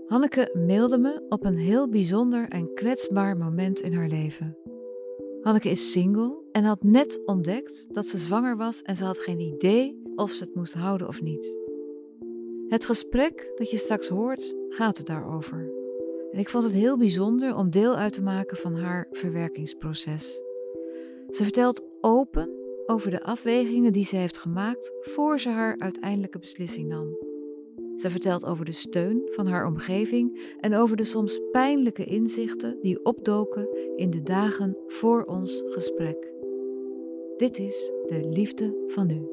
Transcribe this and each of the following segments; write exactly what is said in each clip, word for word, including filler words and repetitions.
Hanneke mailde me op een heel bijzonder en kwetsbaar moment in haar leven. Hanneke is single en had net ontdekt dat ze zwanger was en ze had geen idee of ze het moest houden of niet. Het gesprek dat je straks hoort gaat het daarover. En ik vond het heel bijzonder om deel uit te maken van haar verwerkingsproces. Ze vertelt open over de afwegingen die ze heeft gemaakt voor ze haar uiteindelijke beslissing nam. Ze vertelt over de steun van haar omgeving en over de soms pijnlijke inzichten die opdoken in de dagen voor ons gesprek. Dit is de liefde van nu.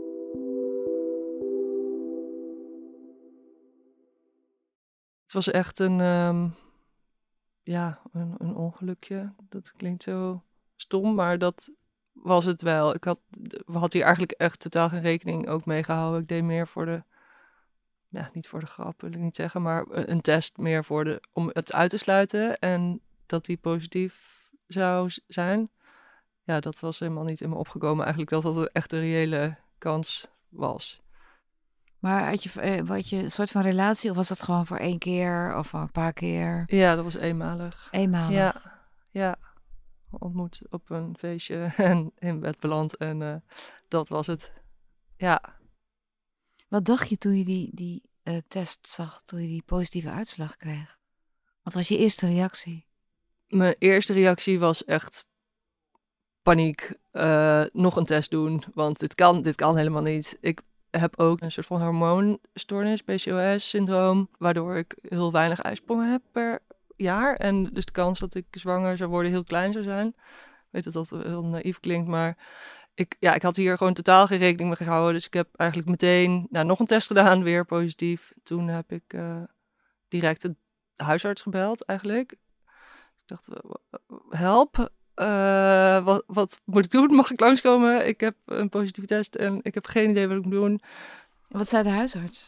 Het was echt een, um, ja, een, een ongelukje. Dat klinkt zo stom, maar dat was het wel. Ik had, we hadden hier eigenlijk echt totaal geen rekening ook mee gehouden. Ik deed meer voor de, ja, niet voor de grap wil ik niet zeggen, maar een test meer voor de, om het uit te sluiten. En dat die positief zou zijn. Ja, dat was helemaal niet in me opgekomen. Eigenlijk dat dat een echt een reële kans was. Maar had je, had je een soort van relatie of was dat gewoon voor één keer of voor een paar keer? Ja, dat was eenmalig. Eenmalig? Ja, ja. Ontmoet op een feestje en in bed beland en uh, dat was het. Ja. Wat dacht je toen je die, die uh, test zag, toen je die positieve uitslag kreeg? Wat was je eerste reactie? Mijn eerste reactie was echt paniek. Uh, nog een test doen, want dit kan, dit kan helemaal niet. Ik heb ook een soort van hormoonstoornis, P C O S-syndroom, waardoor ik heel weinig ijsprongen heb per jaar. En dus de kans dat ik zwanger zou worden heel klein zou zijn. Ik weet dat dat heel naïef klinkt, maar ik, ja, ik had hier gewoon totaal geen rekening mee gehouden. Dus ik heb eigenlijk meteen nou, nog een test gedaan, weer positief. Toen heb ik uh, direct de huisarts gebeld eigenlijk. Ik dacht, help, uh, wat, wat moet ik doen? Mag ik langskomen? Ik heb een positieve test en ik heb geen idee wat ik moet doen. Wat zei de huisarts?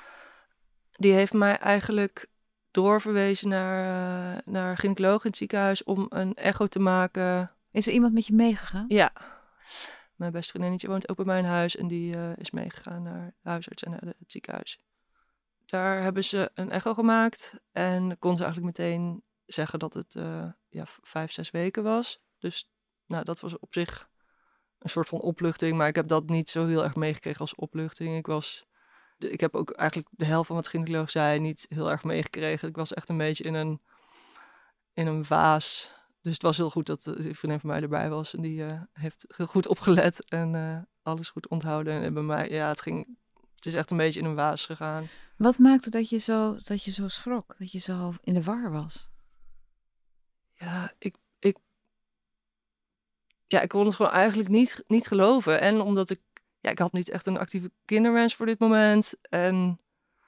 Die heeft mij eigenlijk doorverwezen naar, uh, naar een gynaecoloog in het ziekenhuis om een echo te maken. Is er iemand met je meegegaan? Ja. Mijn beste vriendinnetje woont ook bij mijn huis en die uh, is meegegaan naar de huisarts en naar de, het ziekenhuis. Daar hebben ze een echo gemaakt en kon ze eigenlijk meteen zeggen dat het uh, ja, vijf, zes weken was. Dus nou, dat was op zich een soort van opluchting, maar ik heb dat niet zo heel erg meegekregen als opluchting. Ik was, ik heb ook eigenlijk de helft van wat de gynaecoloog zei niet heel erg meegekregen. Ik was echt een beetje in een, in een vaas. Dus het was heel goed dat de vriendin van mij erbij was. En die uh, heeft heel goed opgelet en uh, alles goed onthouden. En bij mij, ja, het ging... Het is echt een beetje in een waas gegaan. Wat maakte dat je zo, dat je zo schrok? Dat je zo in de war was? Ja, ik... ik ja, ik kon het gewoon eigenlijk niet, niet geloven. En omdat ik... Ja, ik had niet echt een actieve kinderwens voor dit moment. En...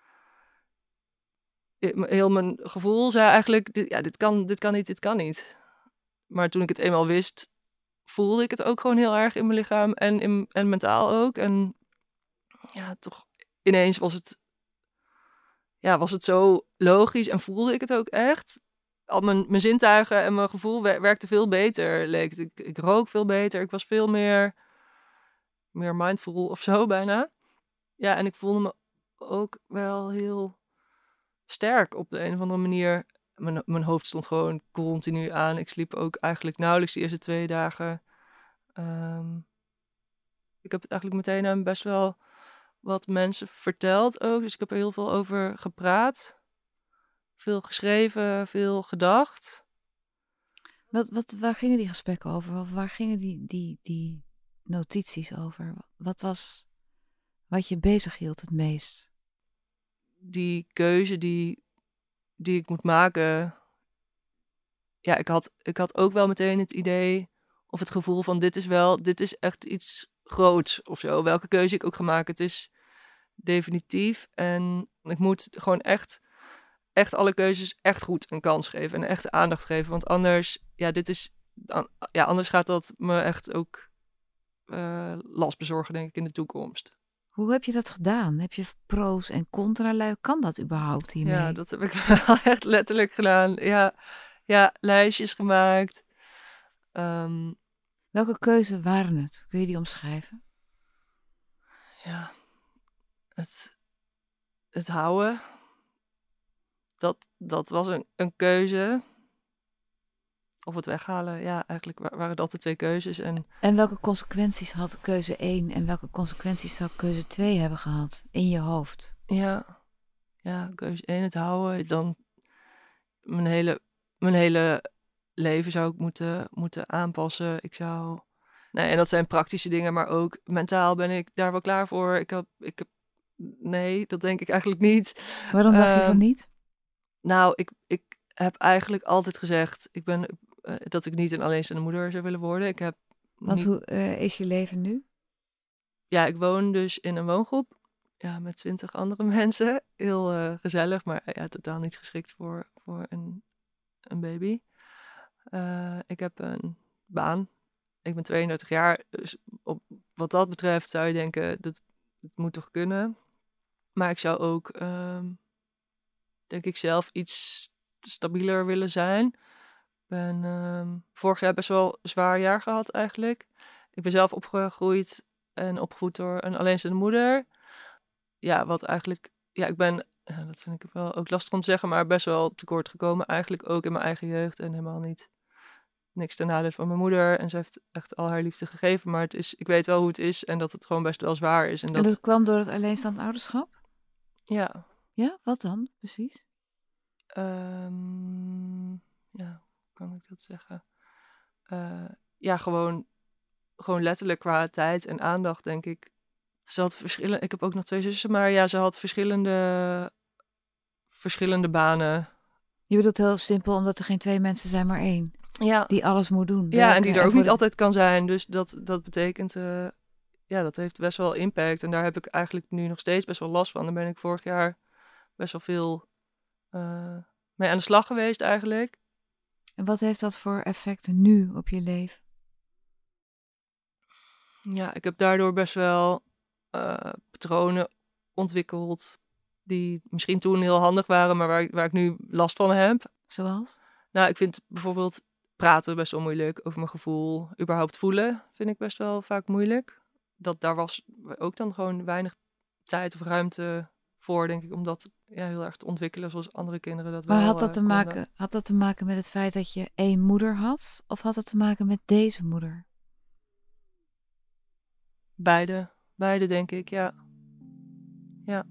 Heel mijn gevoel zei eigenlijk... Dit, ja, dit kan, dit kan niet, dit kan niet. Maar toen ik het eenmaal wist, voelde ik het ook gewoon heel erg in mijn lichaam en, in, en mentaal ook. En ja, toch ineens was het, ja, was het zo logisch en voelde ik het ook echt. Al mijn, mijn zintuigen en mijn gevoel werkte veel beter, leek het. Ik, ik rook veel beter, ik was veel meer, meer mindful of zo bijna. Ja, en ik voelde me ook wel heel sterk op de een of andere manier. Mijn, mijn hoofd stond gewoon continu aan. Ik sliep ook eigenlijk nauwelijks de eerste twee dagen. Um, ik heb het eigenlijk meteen aan best wel wat mensen verteld ook. Dus ik heb er heel veel over gepraat. Veel geschreven, veel gedacht. Wat, wat, waar gingen die gesprekken over? Of waar gingen die, die, die notities over? Wat was wat je bezig hield het meest? Die keuze die, die ik moet maken. Ja, ik had, ik had ook wel meteen het idee of het gevoel van dit is wel, dit is echt iets groots of zo. Welke keuze ik ook ga maken, het is definitief. En ik moet gewoon echt, echt alle keuzes echt goed een kans geven en echt aandacht geven. Want anders, ja, dit is, ja, anders gaat dat me echt ook uh, last bezorgen, denk ik, in de toekomst. Hoe heb je dat gedaan? Heb je pro's en contra? Kan dat überhaupt hiermee? Ja, dat heb ik wel echt letterlijk gedaan. Ja, ja, lijstjes gemaakt. Um, Welke keuzes waren het? Kun je die omschrijven? Ja, het, het houden. dat, dat was een, een keuze. Of het weghalen, ja, eigenlijk wa- waren dat de twee keuzes. En En welke consequenties had keuze één en welke consequenties zou keuze twee hebben gehad in je hoofd? ja, ja, keuze één, het houden. Dan mijn hele, mijn hele leven zou ik moeten, moeten aanpassen. Ik zou... Nee, en dat zijn praktische dingen, maar ook mentaal ben ik daar wel klaar voor. Ik heb... Ik heb nee, dat denk ik eigenlijk niet. Waarom dacht je Ehm, van niet? Nou, ik, ik heb eigenlijk altijd gezegd... Ik ben, eh, dat ik niet een alleenstaande moeder zou willen worden. Ik heb Want niet... hoe eh, is je leven nu? Ja, ik woon dus in een woongroep. Ja, met twintig andere mensen. Heel eh, gezellig, maar ja, totaal niet geschikt voor, voor een, een baby. Eh, ik heb een baan. Ik ben tweeëndertig jaar. Dus op, wat dat betreft zou je denken, dat het moet toch kunnen. Maar ik zou ook, ehm, denk ik zelf, iets stabieler willen zijn. Ik ben ehm, vorig jaar best wel een zwaar jaar gehad eigenlijk. Ik ben zelf opgegroeid en opgevoed door een alleenstaande moeder. Ja, wat eigenlijk... Ja, ik ben, ja, dat vind ik wel ook lastig om te zeggen, maar best wel tekort gekomen. Eigenlijk ook in mijn eigen jeugd en helemaal niet niks ten nadele van mijn moeder. En ze heeft echt al haar liefde gegeven, maar het is, ik weet wel hoe het is en dat het gewoon best wel zwaar is. En En dat, dat kwam door het alleenstaand ouderschap? ja, Ja, wat dan precies? ehm, ja, hoe kan ik dat zeggen? Eh, ja, gewoon, gewoon letterlijk qua tijd en aandacht, denk ik. Ze had verschillende, ik heb ook nog twee zussen, maar ja, ze had verschillende, verschillende banen. Je bedoelt heel simpel, omdat er geen twee mensen zijn, maar één. Ja, Die alles moet doen. ja, en werken die er ook voor niet de- altijd kan zijn. Dus dat, dat betekent, eh, ja, dat heeft best wel impact. En daar heb ik eigenlijk nu nog steeds best wel last van. Daar ben ik vorig jaar best wel veel eh, mee aan de slag geweest eigenlijk. En wat heeft dat voor effecten nu op je leven? Ja, ik heb daardoor best wel eh, patronen ontwikkeld die misschien toen heel handig waren, maar waar, ik- waar ik nu last van heb. Zoals? Nou, ik vind bijvoorbeeld praten best wel moeilijk over mijn gevoel. Überhaupt voelen vind ik best wel vaak moeilijk. Dat, daar was ook dan gewoon weinig tijd of ruimte voor, denk ik, om dat ja, heel erg te ontwikkelen zoals andere kinderen dat Maar wel had dat, eh, te konden. maken, had dat te maken met het feit dat je één moeder had? Of had het te maken met deze moeder? Beide, beide denk ik, ja. Ja.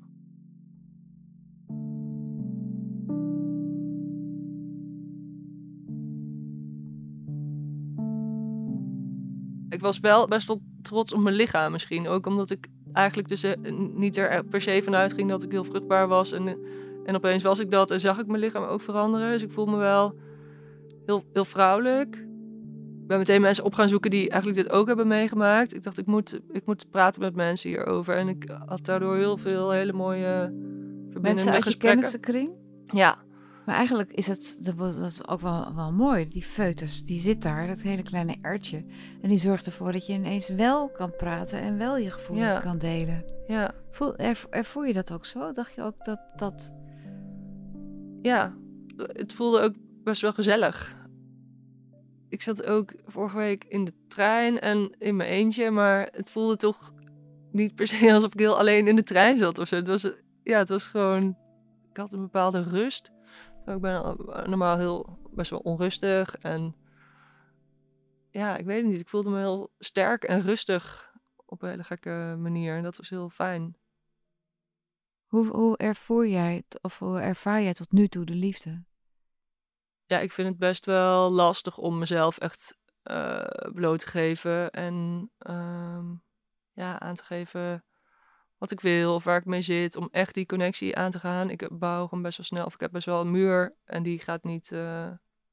Ik was wel best wel trots op mijn lichaam misschien. Ook omdat ik eigenlijk dus eh, niet er per se vanuit ging dat ik heel vruchtbaar was. En, en opeens was ik dat en zag ik mijn lichaam ook veranderen. Dus ik voel me wel heel, heel vrouwelijk. Ik ben meteen mensen op gaan zoeken die eigenlijk dit ook hebben meegemaakt. Ik dacht, ik moet, ik moet praten met mensen hierover. En ik had daardoor heel veel hele mooie verbindende Mensen uit je gesprekken. kennissenkring? Ja, Maar eigenlijk is het, dat was- dat is ook wel, wel mooi. Die foetus, die zit daar, dat hele kleine ertje. En die zorgt ervoor dat je ineens wel kan praten en wel je gevoelens Ja. kan delen. ja, Voel, er, ervoer je dat ook zo? Dacht je ook dat dat... ja. Het voelde ook best wel gezellig. Ik zat ook vorige week in de trein en in mijn eentje, maar het voelde toch niet per se alsof ik heel alleen in de trein zat of zo. Het was, ja, het was gewoon, ik had een bepaalde rust. Ik ben normaal heel best wel onrustig en ja, ik weet het niet. Ik voelde me heel sterk en rustig op een hele gekke manier en dat was heel fijn. Hoe, hoe ervoer jij het, of hoe ervaar jij tot nu toe de liefde? Ja, ik vind het best wel lastig om mezelf echt eh, bloot te geven en ehm, ja, aan te geven wat ik wil of waar ik mee zit, om echt die connectie aan te gaan. Ik bouw gewoon best wel snel, of ik heb best wel een muur en die gaat niet, eh,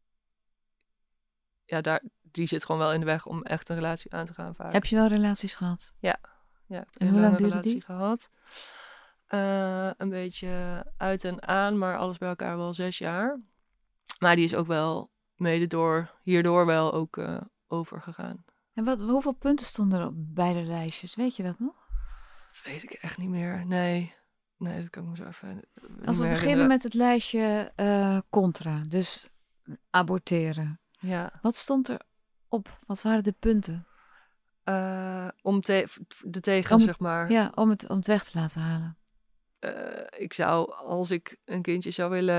ja, daar, die zit gewoon wel in de weg om echt een relatie aan te gaan vaak. Heb je wel relaties gehad? Ja, ik heb En een hoe lang lange duurde relatie die? gehad. Eh, een beetje uit en aan, maar alles bij elkaar wel zes jaar. Maar die is ook wel mede door, hierdoor wel ook uh, overgegaan. En wat, hoeveel punten stonden er op beide lijstjes? Weet je dat nog? Dat weet ik echt niet meer. Nee, nee, dat kan ik me zo even niet Als we meer beginnen herinneren. met het lijstje uh, contra, dus aborteren. Ja. Wat stond er op? Wat waren de punten? Uh, om te, de tegen, om, zeg maar. Ja, om het, om het weg te laten halen. Uh, ik zou, als ik een kindje zou willen,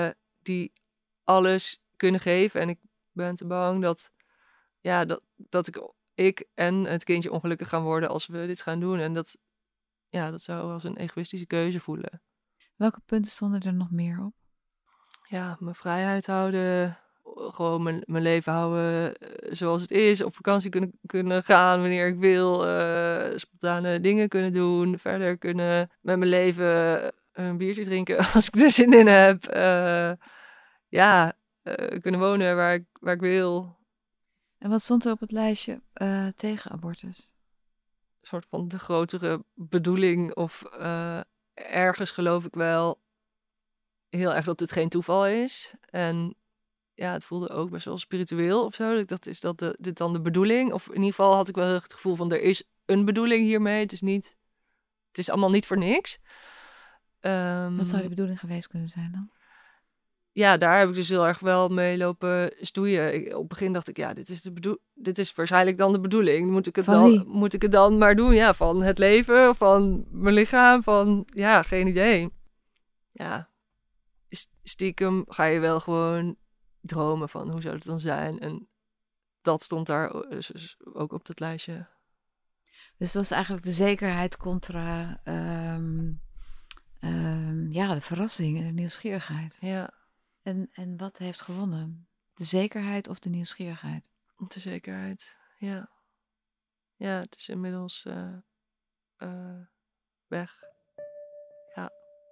die alles kunnen geven. En ik ben te bang dat, ja, dat, dat ik, ik en het kindje ongelukkig gaan worden als we dit gaan doen. En dat, ja, dat zou als een egoïstische keuze voelen. Welke punten stonden er nog meer op? Ja, mijn vrijheid houden, gewoon mijn, mijn leven houden uh, zoals het is. Op vakantie kunnen, kunnen gaan wanneer ik wil. Uh, spontane dingen kunnen doen. Verder kunnen met mijn leven een biertje drinken als ik er zin in heb. Uh, ja, uh, kunnen wonen waar ik, waar ik wil. En wat stond er op het lijstje uh, tegen abortus? Een soort van de grotere bedoeling. Of uh, ergens geloof ik wel heel erg dat het geen toeval is. En ja, het voelde ook best wel spiritueel of zo. Ik dacht, is dat de, dit dan de bedoeling? Of in ieder geval had ik wel heel erg het gevoel van, er is een bedoeling hiermee. Het is niet, het is allemaal niet voor niks. Um, Wat zou de bedoeling geweest kunnen zijn dan? Ja, daar heb ik dus heel erg wel mee lopen stoeien. Ik, op het begin dacht ik, ja, dit is, de bedoel, dit is waarschijnlijk dan de bedoeling. Moet ik, het dan, moet ik het dan maar doen? Ja, van het leven, van mijn lichaam, van, ja, geen idee. Ja, stiekem ga je wel gewoon dromen van hoe zou het dan zijn. En dat stond daar ook op dat lijstje. Dus dat was eigenlijk de zekerheid contra um, um, ja, de verrassing en de nieuwsgierigheid. Ja. En, en wat heeft gewonnen? De zekerheid of de nieuwsgierigheid? De zekerheid, ja. Ja, het is inmiddels uh, uh, weg. Ja.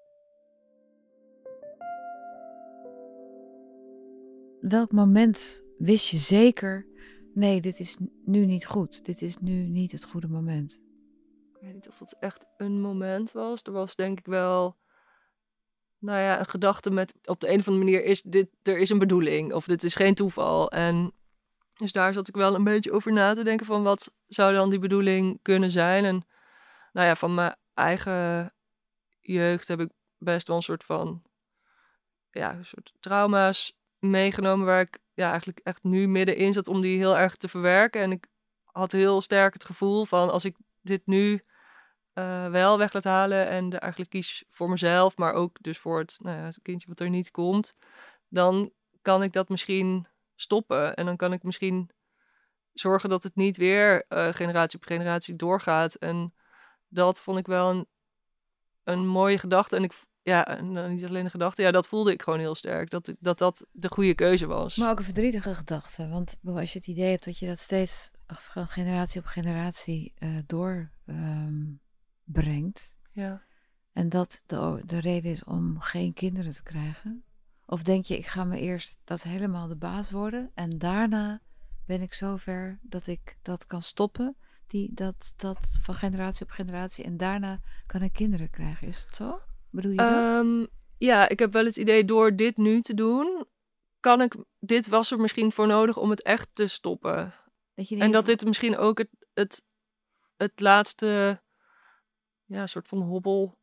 Welk moment wist je zeker, nee, dit is nu niet goed. Dit is nu niet het goede moment. Ik weet niet of dat echt een moment was. Er was denk ik wel, nou ja, een gedachte met, op de een of andere manier is dit, er is een bedoeling. Of dit is geen toeval. En dus daar zat ik wel een beetje over na te denken van, wat zou dan die bedoeling kunnen zijn? En nou ja, van mijn eigen jeugd heb ik best wel een soort van, ja, een soort trauma's meegenomen waar ik ja, eigenlijk echt nu middenin zat om die heel erg te verwerken. En ik had heel sterk het gevoel van, als ik dit nu uh, wel weg laat halen en er eigenlijk kies voor mezelf, maar ook dus voor het, nou ja, het kindje wat er niet komt, dan kan ik dat misschien stoppen. En dan kan ik misschien zorgen dat het niet weer uh, generatie op generatie doorgaat. En dat vond ik wel een, een mooie gedachte. En ik Ja, nou, niet alleen een gedachte. Ja, dat voelde ik gewoon heel sterk. Dat dat, dat de goede keuze was. Maar ook een verdrietige gedachte. Want als je het idee hebt dat je dat steeds van generatie op generatie uh, doorbrengt. Um, ja. En dat de, de reden is om geen kinderen te krijgen. Of denk je, ik ga me eerst dat helemaal de baas worden. En daarna ben ik zover dat ik dat kan stoppen. Die, dat, dat van generatie op generatie. En daarna kan ik kinderen krijgen. Is het zo? Bedoel je dat? Um, ja, ik heb wel het idee, door dit nu te doen, kan ik, dit was er misschien voor nodig om het echt te stoppen. Dat je en dat dit misschien ook het, het, het laatste, ja, soort van hobbel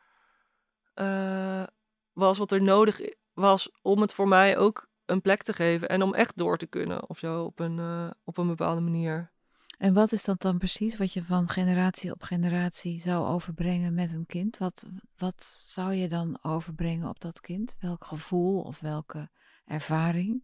uh, was wat er nodig was om het voor mij ook een plek te geven en om echt door te kunnen of zo op een, uh, op een bepaalde manier. En wat is dat dan precies wat je van generatie op generatie zou overbrengen met een kind? Wat, wat zou je dan overbrengen op dat kind? Welk gevoel of welke ervaring?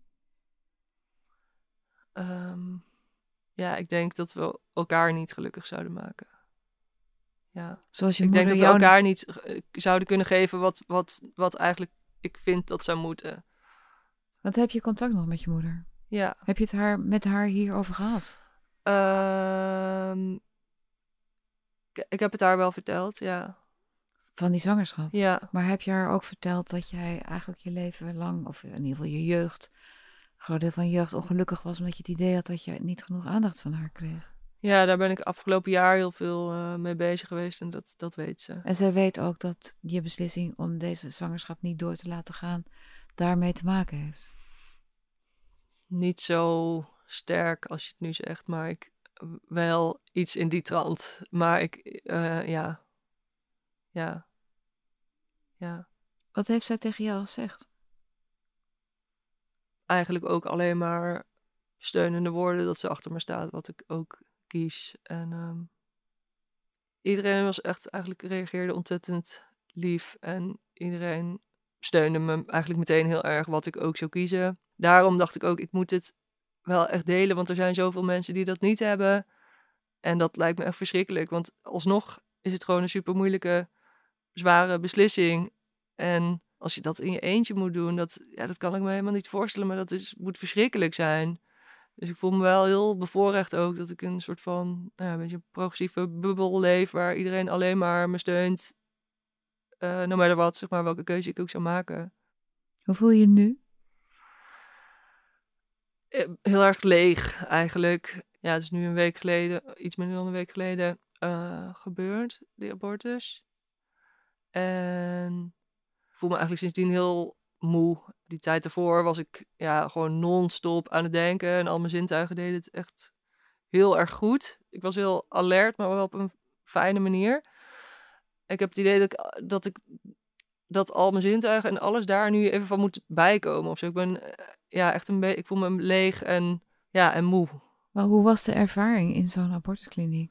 Um, ja, ik denk dat we elkaar niet gelukkig zouden maken. Ja. Zoals je ik denk dat we jou elkaar niet uh, zouden kunnen geven wat, wat, wat eigenlijk ik vind dat zou moeten. Want heb je contact nog met je moeder? Ja. Heb je het haar, met haar hierover gehad? Uh, ik, ik heb het haar wel verteld, ja. Van die zwangerschap? Ja. Maar heb je haar ook verteld dat jij eigenlijk je leven lang, of in ieder geval je jeugd, een groot deel van je jeugd ongelukkig was omdat je het idee had dat je niet genoeg aandacht van haar kreeg? Ja, daar ben ik afgelopen jaar heel veel uh, mee bezig geweest en dat, dat weet ze. En zij weet ook dat je beslissing om deze zwangerschap niet door te laten gaan daarmee te maken heeft? Niet zo sterk als je het nu zegt, maar ik wel iets in die trant. Maar ik, uh, ja. Ja. Ja. Wat heeft zij tegen jou gezegd? Eigenlijk ook alleen maar steunende woorden, dat ze achter me staat, wat ik ook kies. En um, iedereen was echt, eigenlijk reageerde ontzettend lief. En iedereen steunde me eigenlijk meteen heel erg wat ik ook zou kiezen. Daarom dacht ik ook, ik moet het wel echt delen, want er zijn zoveel mensen die dat niet hebben. En dat lijkt me echt verschrikkelijk, want alsnog is het gewoon een super moeilijke, zware beslissing. En als je dat in je eentje moet doen, dat, ja, dat kan ik me helemaal niet voorstellen, maar dat is, moet verschrikkelijk zijn. Dus ik voel me wel heel bevoorrecht ook dat ik een soort van, nou ja, een beetje een progressieve bubbel leef, waar iedereen alleen maar me steunt, uh, no matter what, zeg maar, welke keuze ik ook zou maken. Hoe voel je je nu? Heel erg leeg, eigenlijk. Ja, het is nu een week geleden, iets minder dan een week geleden, uh, gebeurd, die abortus. En ik voel me eigenlijk sindsdien heel moe. Die tijd ervoor was ik ja, gewoon non-stop aan het denken. En al mijn zintuigen deden het echt heel erg goed. Ik was heel alert, maar wel op een fijne manier. Ik heb het idee dat ik, dat, ik, dat al mijn zintuigen en alles daar nu even van moet bijkomen. Of zo. Ik ben ja, echt een beetje, ik voel me leeg en, ja, en moe. Maar hoe was de ervaring in zo'n abortuskliniek?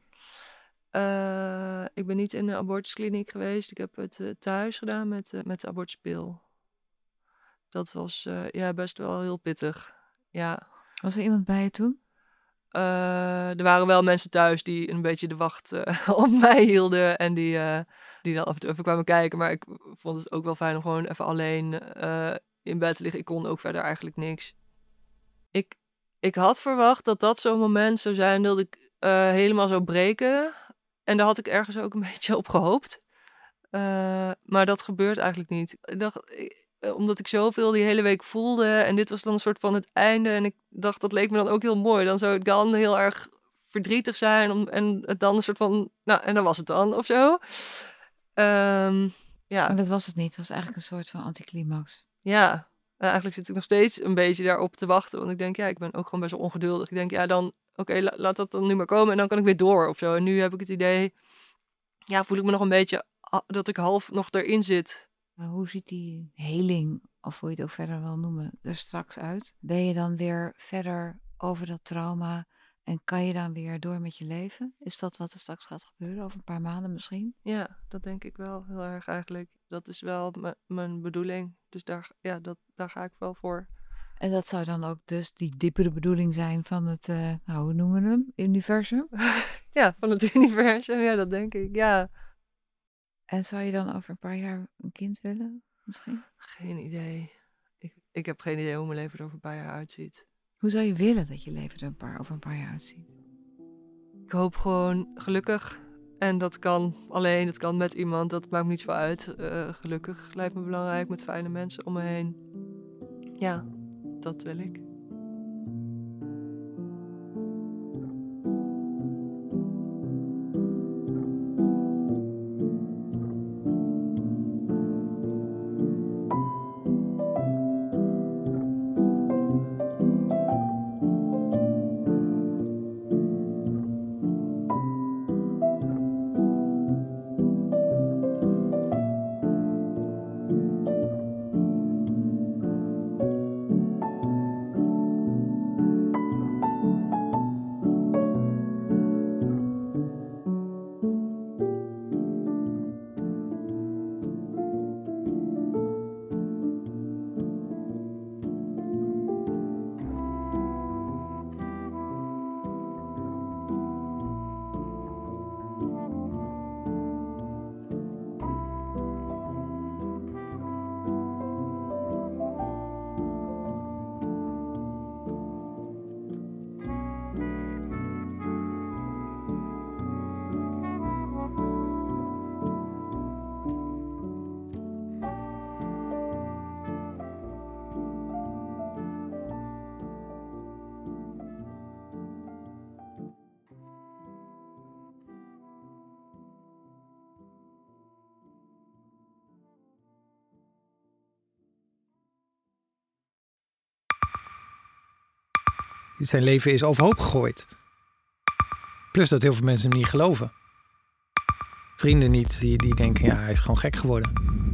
Uh, ik ben niet in de abortuskliniek geweest. Ik heb het uh, thuis gedaan met, uh, met de abortuspil. Dat was uh, ja, best wel heel pittig. Ja. Was er iemand bij je toen? Uh, er waren wel mensen thuis die een beetje de wacht uh, op mij hielden. En die, uh, die dan af en toe even kwamen kijken. Maar ik vond het ook wel fijn om gewoon even alleen uh, in bed te liggen. Ik kon ook verder eigenlijk niks. Ik, ik had verwacht dat dat zo'n moment zou zijn dat ik uh, helemaal zou breken. En daar had ik ergens ook een beetje op gehoopt. Uh, maar dat gebeurt eigenlijk niet. Ik dacht, ik, omdat ik zoveel die hele week voelde. En dit was dan een soort van het einde. En ik dacht, dat leek me dan ook heel mooi. Dan zou het dan heel erg verdrietig zijn. Om, en het dan een soort van, nou, en dan was het dan, of zo. Um, ja. Maar dat was het niet. Het was eigenlijk een soort van anticlimax. Ja, eigenlijk zit ik nog steeds een beetje daarop te wachten. Want ik denk, ja, ik ben ook gewoon best wel ongeduldig. Ik denk, ja, dan, oké, okay, la, laat dat dan nu maar komen. En dan kan ik weer door, of zo. En nu heb ik het idee, ja, voel ik me nog een beetje dat ik half nog erin zit. Maar hoe ziet die heling, of hoe je het ook verder wil noemen, er straks uit? Ben je dan weer verder over dat trauma en kan je dan weer door met je leven? Is dat wat er straks gaat gebeuren, over een paar maanden misschien? Ja, dat denk ik wel heel erg eigenlijk. Dat is wel m- mijn bedoeling. Dus daar, ja, dat, daar ga ik wel voor. En dat zou dan ook dus die diepere bedoeling zijn van het, uh, nou, hoe noemen we hem, universum? Ja, van het universum, ja, dat denk ik, ja. En zou je dan over een paar jaar een kind willen, misschien? Geen idee. Ik, ik heb geen idee hoe mijn leven er over een paar jaar uitziet. Hoe zou je willen dat je leven er een paar, over een paar jaar uitziet? Ik hoop gewoon gelukkig. En dat kan alleen, dat kan met iemand. Dat maakt me niet veel uit. Uh, gelukkig lijkt me belangrijk met fijne mensen om me heen. Ja, dat wil ik. Zijn leven is overhoop gegooid. Plus dat heel veel mensen hem niet geloven. Vrienden niet, die, die denken, ja, hij is gewoon gek geworden.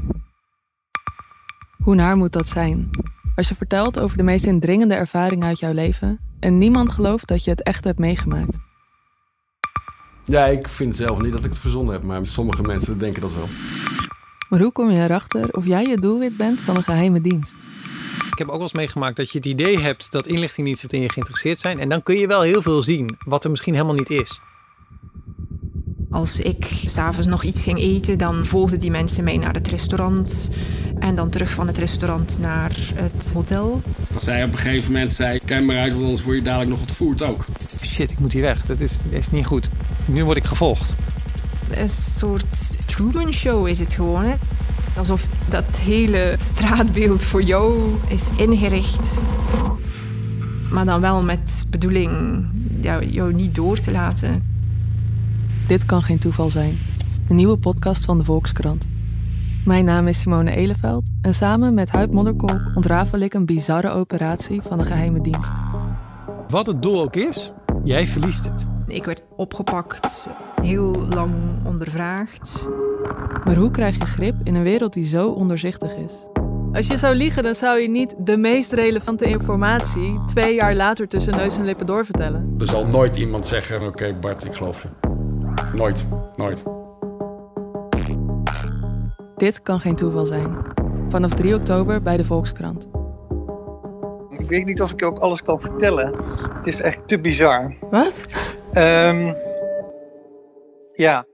Hoe naar moet dat zijn? Als je vertelt over de meest indringende ervaring uit jouw leven en niemand gelooft dat je het echt hebt meegemaakt. Ja, ik vind zelf niet dat ik het verzonnen heb, maar sommige mensen denken dat wel. Maar hoe kom je erachter of jij het doelwit bent van een geheime dienst? Ik heb ook wel eens meegemaakt dat je het idee hebt dat inlichtingendiensten in je geïnteresseerd zijn. En dan kun je wel heel veel zien, wat er misschien helemaal niet is. Als ik 's avonds nog iets ging eten, dan volgden die mensen mij naar het restaurant. En dan terug van het restaurant naar het hotel. Als zij op een gegeven moment zei, kijk maar uit, want anders word je dadelijk nog ontvoerd ook. Shit, ik moet hier weg. Dat is, dat is niet goed. Nu word ik gevolgd. Een soort Truman Show is het gewoon, hè? Alsof dat hele straatbeeld voor jou is ingericht. Maar dan wel met bedoeling jou, jou niet door te laten. Dit kan geen toeval zijn. Een nieuwe podcast van de Volkskrant. Mijn naam is Simone Eleveld en samen met Huib Modderkolk ontrafel ik een bizarre operatie van de geheime dienst. Wat het doel ook is, jij verliest het. Ik werd opgepakt, heel lang ondervraagd. Maar hoe krijg je grip in een wereld die zo ondoorzichtig is? Als je zou liegen, dan zou je niet de meest relevante informatie twee jaar later tussen neus en lippen doorvertellen. Er zal nooit iemand zeggen, oké okay, Bart, ik geloof je. Nooit, nooit. Dit kan geen toeval zijn. Vanaf drie oktober bij de Volkskrant. Ik weet niet of ik je ook alles kan vertellen. Het is echt te bizar. Wat? Um, ja.